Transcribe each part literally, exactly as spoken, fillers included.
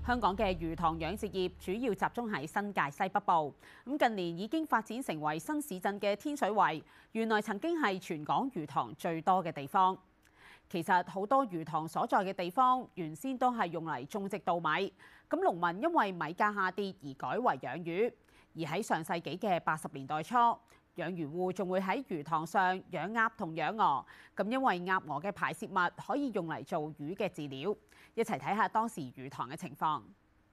香港嘅魚塘養殖業主要集中喺新界西北部。咁近年已經發展成為新市鎮嘅天水圍，原來曾經係全港魚塘最多嘅地方。其實好多魚塘所在嘅地方，原先都係用嚟種植稻米。咁農民因為米價下跌而改為養魚。而喺上世紀嘅八十年代初，養魚戶仲會喺魚塘上養鴨同養鵝。咁因為鴨鵝嘅排泄物可以用嚟做魚嘅飼料。一齊睇下當時魚塘嘅情況。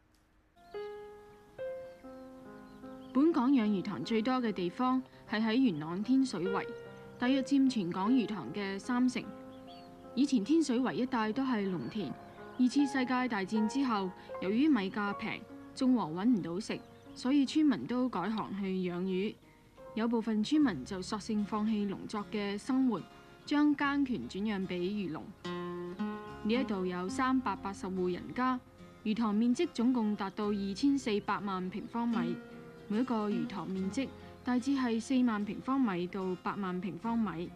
本港養魚塘最多嘅地方係喺元朗天水圍，大約佔全港魚塘嘅三成。以前天水圍一帶都係農田，二次世界大戰之後，由於米價平，種禾揾唔到食，所以村民都改行去養魚。有部分村民就索性放棄農作嘅生活，將耕權轉讓俾漁農。呢一度有三百八十戶人家，魚塘面積總共達到二千四百萬平方米，每一個魚塘面積大致係四萬平方米到八萬平方米。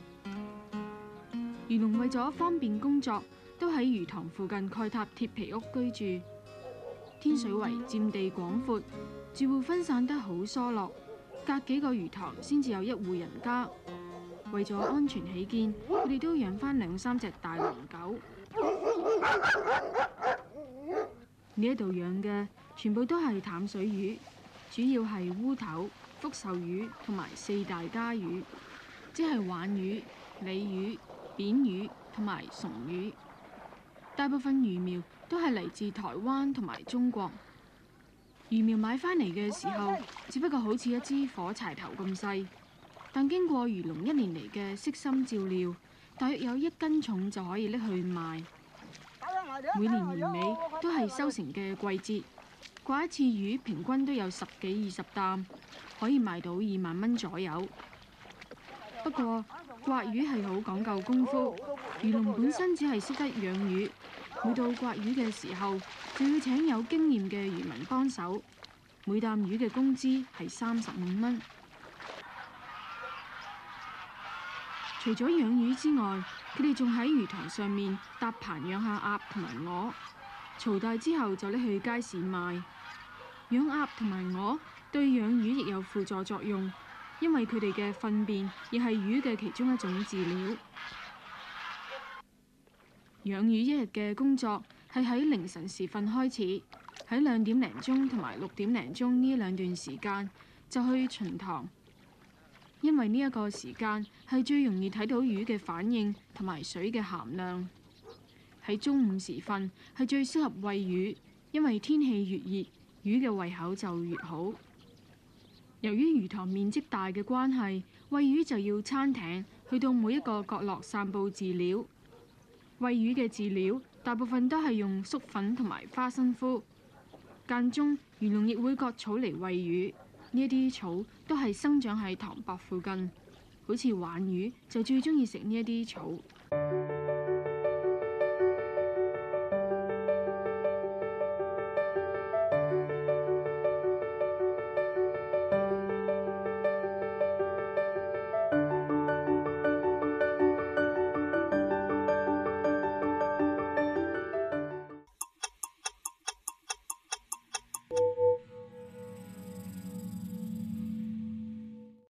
漁農為咗方便工作，都喺魚塘附近蓋塔鐵皮屋居住。天水圍佔地廣闊，住戶分散得好疏落，隔幾個魚塘先至有一戶人家。為咗安全起見，佢哋都養返兩三隻大狼狗。呢一度養嘅全部都係淡水魚，主要係烏頭、福壽魚同埋四大家魚，即係鯇魚、鯉魚、扁魚同埋松魚。大部分魚苗都係嚟自台灣同埋中國。魚苗買返嚟嘅時候，只不過好似一支火柴頭咁細，但經過漁農一年嚟嘅悉心照料，大約有一斤重就可以拎去賣。每年年尾都係收成嘅季節，掛一次魚平均都有十幾二十擔，可以賣到二萬蚊左右。不過掛魚係好講究功夫，漁農本身只係識得養魚，每到掛魚嘅時候就要請有經驗嘅漁民幫手。每擔魚嘅工資係三十五蚊。除咗養魚之外，佢哋仲喺魚塘上面搭棚養下鴨同埋鵝，嘈大之後就拎去街市賣。養鴨同埋鵝對養魚亦有輔助作用，因為佢哋嘅糞便亦係魚嘅其中一種飼料。養魚一日嘅工作係喺凌晨時分開始，喺兩點零鐘同埋六點零鐘呢兩段時間就去巡塘。因為呢一個時間係最容易睇到魚嘅反應同埋水嘅鹹量。喺中午時分係最適合餵魚，因為天氣越熱，魚嘅胃口就越好。由於魚塘面積大嘅關係，餵魚就要撐艇去到每一個角落散佈飼料。餵魚嘅飼料大部分都係用粟粉同埋花生麩，間中漁農亦會割草嚟餵魚。呢啲草都係生長喺塘壆附近，好似鯇魚就最中意食呢一啲草。